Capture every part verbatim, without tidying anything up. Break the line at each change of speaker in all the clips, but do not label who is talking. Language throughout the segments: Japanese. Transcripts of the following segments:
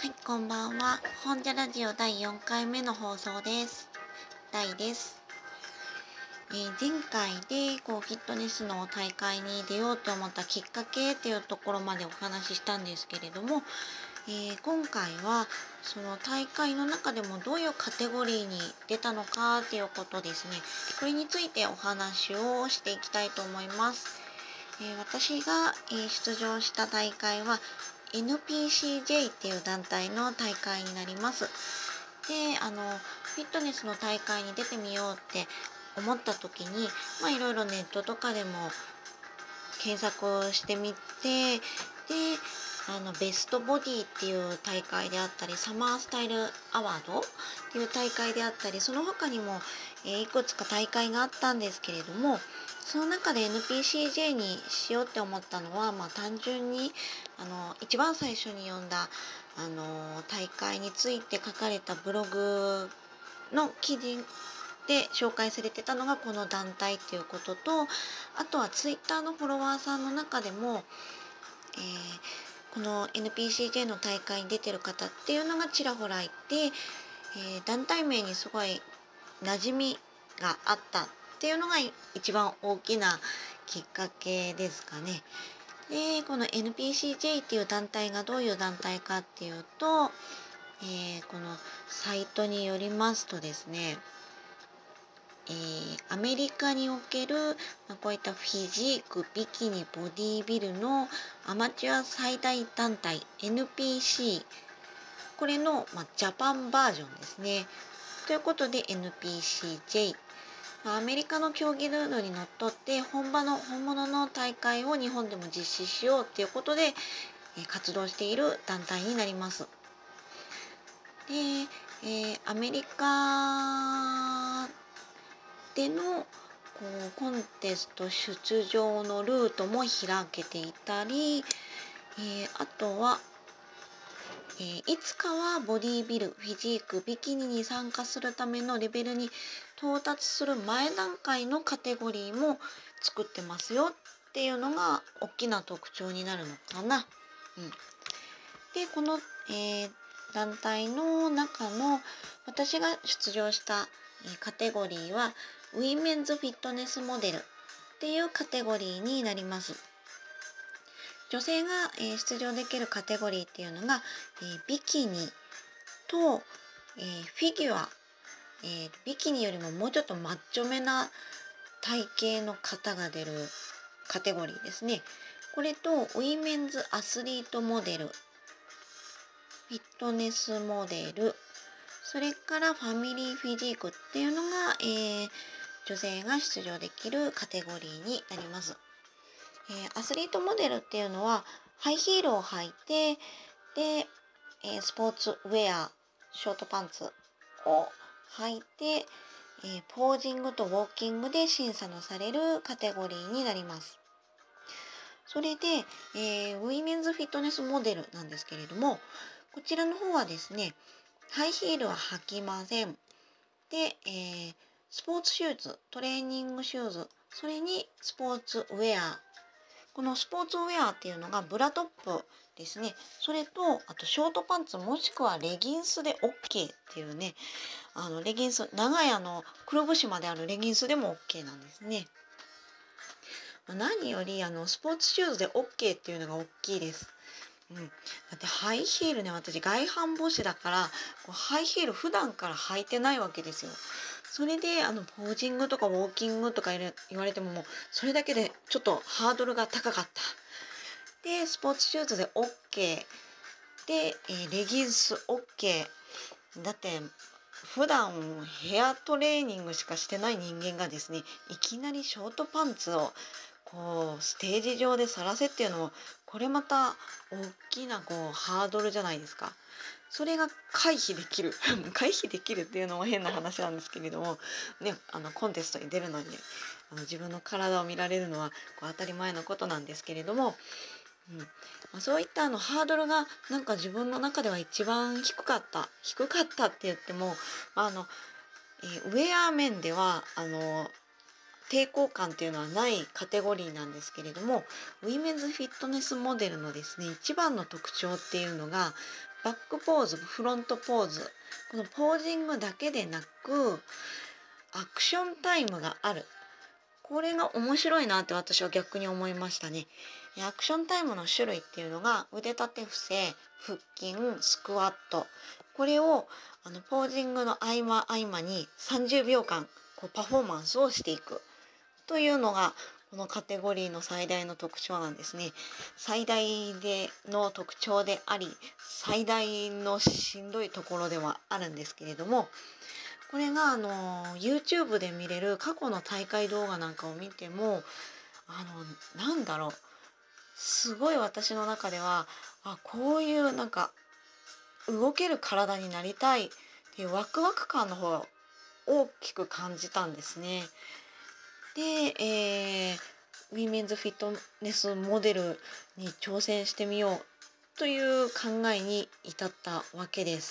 はい、こんばんは。本社ラジオだいよんかいめの放送です。大です。えー前回でこうフィットネスの大会に出ようと思ったきっかけっていうところまでお話ししたんですけれども、えー今回はその大会の中でもどういうカテゴリーに出たのかっていうことですね。これについてお話をしていきたいと思います。えー私が、えー出場した大会は エヌピーシージェー っていう団体の大会になります。で、あのフィットネスの大会に出てみようって思った時に、まあいろいろネットとかでも検索をしてみて、で、あのベストボディっていう大会であったり、サマースタイルアワードっていう大会であったり、その他にも、えーいくつか大会があったんですけれども、その中で エヌピーシージェー にしようって思ったのは、まあ単純にあの一番最初に読んだあの大会について書かれたブログの記事で紹介されてたのがこの団体っていうことと、あとはツイッターのフォロワーさんの中でも、えーこの エヌピーシージェー の大会に出てる方っていうのがちらほらいて、えー団体名にすごい馴染みがあったっていうのが一番大きなきっかけですかね。で、この エヌピーシージェー っていう団体がどういう団体かっていうと、えーこのサイトによりますとですね、えーアメリカにおける、まあ、こういったフィジーク、ビキニ、ボディービルのアマチュア最大団体 エヌピーシー、これの、まあ、ジャパンバージョンですね。ということで エヌピーシージェー、まあ、アメリカの競技ルールにのっとって本場の本物の大会を日本でも実施しようっていうことで、えー活動している団体になります。で、えーアメリカでのこうコンテスト出場のルートも開けていたり、えーあとは、えーいつかはボディービル、フィジーク、ビキニに参加するためのレベルに到達する前段階のカテゴリーも作ってますよっていうのが大きな特徴になるのかな。うん、で、この、えー団体の中の私が出場したえーカテゴリーはウィメンズフィットネスモデルっていうカテゴリーになります。女性が、えー出場できるカテゴリーっていうのが、えービキニと、えーフィギュア、えービキニよりももうちょっとマッチョめな体型の方が出るカテゴリーですね。これとウィメンズアスリートモデル、フィットネスモデル、それからファミリーフィジークっていうのが、えー女性が出場できるカテゴリーになります。えーアスリートモデルっていうのはハイヒールを履いて、で、えースポーツウェア、ショートパンツを履いて、えーポージングとウォーキングで審査のされるカテゴリーになります。それで、えーウィメンズフィットネスモデルなんですけれども、こちらの方はですね、ハイヒールは履きません。で、えースポーツシューズ、トレーニングシューズ、それにスポーツウェア。このスポーツウェアっていうのがブラトップですね。それと、あとショートパンツもしくはレギンスで OK っていうね、あのレギンス、長屋のくるぶしまであるレギンスでも OK なんですね。何よりあのスポーツシューズで OK っていうのが大きいです。うん、だってハイヒールね、私外反母趾だからこうハイヒール普段から履いてないわけですよ。それであのポージングとかウォーキングとか言われてももうそれだけでちょっとハードルが高かった。でスポーツシューズで OK で、えーレギンス OK だって普段ヘアトレーニングしかしてない人間がですね、いきなりショートパンツをこうステージ上で晒せっていうのもこれまた大きなこうハードルじゃないですか。それが回避できる回避できるっていうのも変な話なんですけれどもね、あのコンテストに出るのにあの自分の体を見られるのはこう当たり前のことなんですけれども、うんまあ、そういったあのハードルがなんか自分の中では一番低かった低かったって言ってもあの、えーウェア面ではあの抵抗感っていうのはないカテゴリーなんですけれども、ウィメンズフィットネスモデルのですね一番の特徴っていうのがバックポーズ、フロントポーズ、このポージングだけでなくアクションタイムがある。これが面白いなって私は逆に思いましたね。アクションタイムの種類っていうのが腕立て伏せ、腹筋、スクワット。これをあのポージングの合間合間にさんじゅうびょうかんこうパフォーマンスをしていくというのがこのカテゴリーの最大の特徴なんですね。最大での特徴であり、最大のしんどいところではあるんですけれども、これがあの YouTube で見れる過去の大会動画なんかを見ても、あのなんだろう、すごい私の中では、あ、こういうなんか動ける体になりたいっていうワクワク感の方が大きく感じたんですね。で、えーウィメンズフィットネスモデルに挑戦してみようという考えに至ったわけです。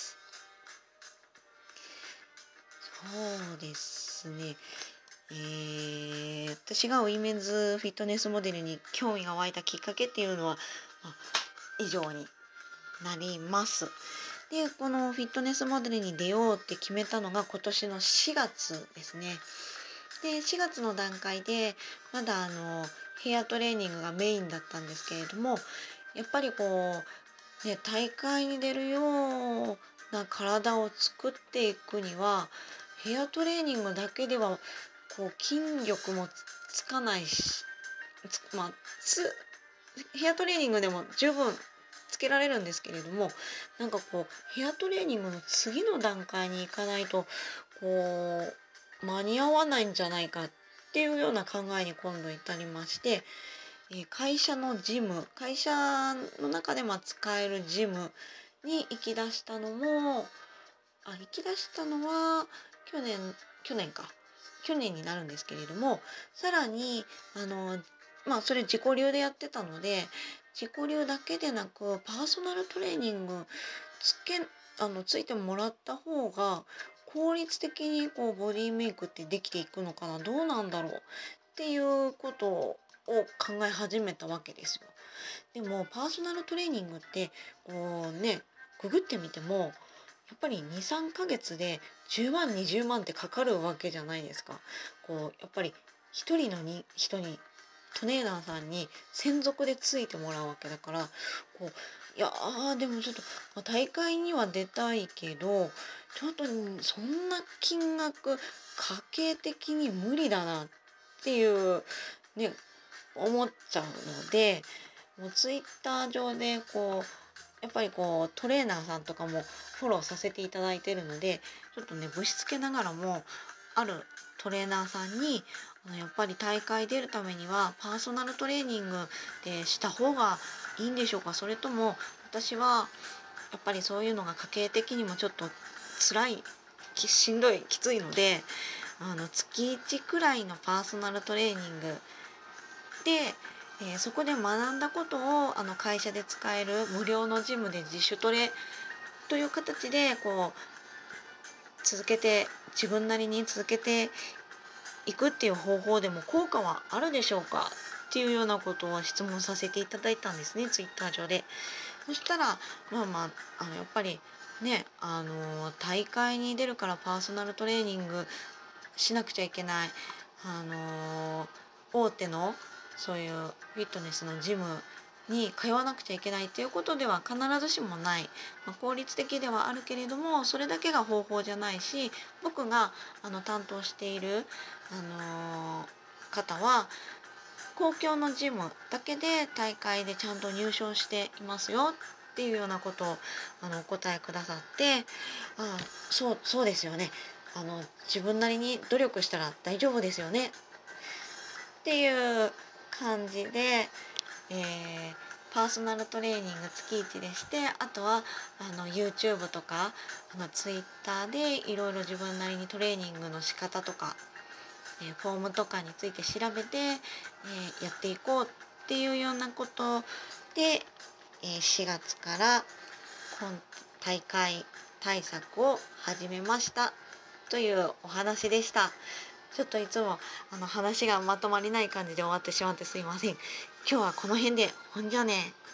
そうですね。えー私がウィメンズフィットネスモデルに興味が湧いたきっかけっていうのは、まあ、以上になります。で、このフィットネスモデルに出ようって決めたのが今年のしがつですね。で、しがつの段階でまだあのヘアトレーニングがメインだったんですけれども、やっぱりこう、ね、大会に出るような体を作っていくにはヘアトレーニングだけではこう筋力もつかないし、つまあつヘアトレーニングでも十分つけられるんですけれども、なんかこうヘアトレーニングの次の段階に行かないとこう間に合わないんじゃないかっていうような考えに今度至りまして、えー会社のジム会社の中でまあ使えるジムに行き出したのもあ行き出したのは去年去年か去年になるんですけれども、さらにあのまあそれ自己流でやってたので、自己流だけでなくパーソナルトレーニングつけあのついてもらった方が効率的にこうボディメイクってできていくのかな、どうなんだろうっていうことを考え始めたわけですよ。でもパーソナルトレーニングってこうね、ググってみてもやっぱりに、さんかげつでじゅうまんにじゅうまんってかかるわけじゃないですか。こうやっぱり一人のに人にトレーナーさんに専属でついてもらうわけだから、こういやーでもちょっと、まあ、大会には出たいけどちょっとそんな金額家計的に無理だなっていうね思っちゃうので、もうツイッター上でこうやっぱりこうトレーナーさんとかもフォローさせていただいてるので、ちょっとねぶしつけながらもあるトレーナーさんにあのやっぱり大会出るためにはパーソナルトレーニングでした方がいいんでしょうか、それとも私はやっぱりそういうのが家計的にもちょっと辛いきしんどいきついので、あの月いちくらいのパーソナルトレーニングで、えーそこで学んだことをあの会社で使える無料のジムで自主トレという形でこう続けて自分なりに続けていくっていう方法でも効果はあるでしょうかっていうようなことを質問させていただいたんですね、ツイッター上で。そしたらまあまあ、あのやっぱりね、あの大会に出るからパーソナルトレーニングしなくちゃいけない、あの大手のそういうフィットネスのジムに通わなくちゃいけないっていうことでは必ずしもない、まあ、効率的ではあるけれどもそれだけが方法じゃないし、僕があの担当している、あの方は公共のジムだけで大会でちゃんと入賞していますよっていうようなことをあのお答えくださって、ああそうそうですよね、あの自分なりに努力したら大丈夫ですよねっていう感じで、えーパーソナルトレーニング月いちでして、あとはあの YouTube とかあの Twitter でいろいろ自分なりにトレーニングの仕方とか、えーフォームとかについて調べて、えーやっていこうっていうようなことで、えーしがつから今大会対策を始めましたというお話でした。ちょっといつもあの話がまとまりない感じで終わってしまってすいません。今日はこの辺で、ほんじゃね。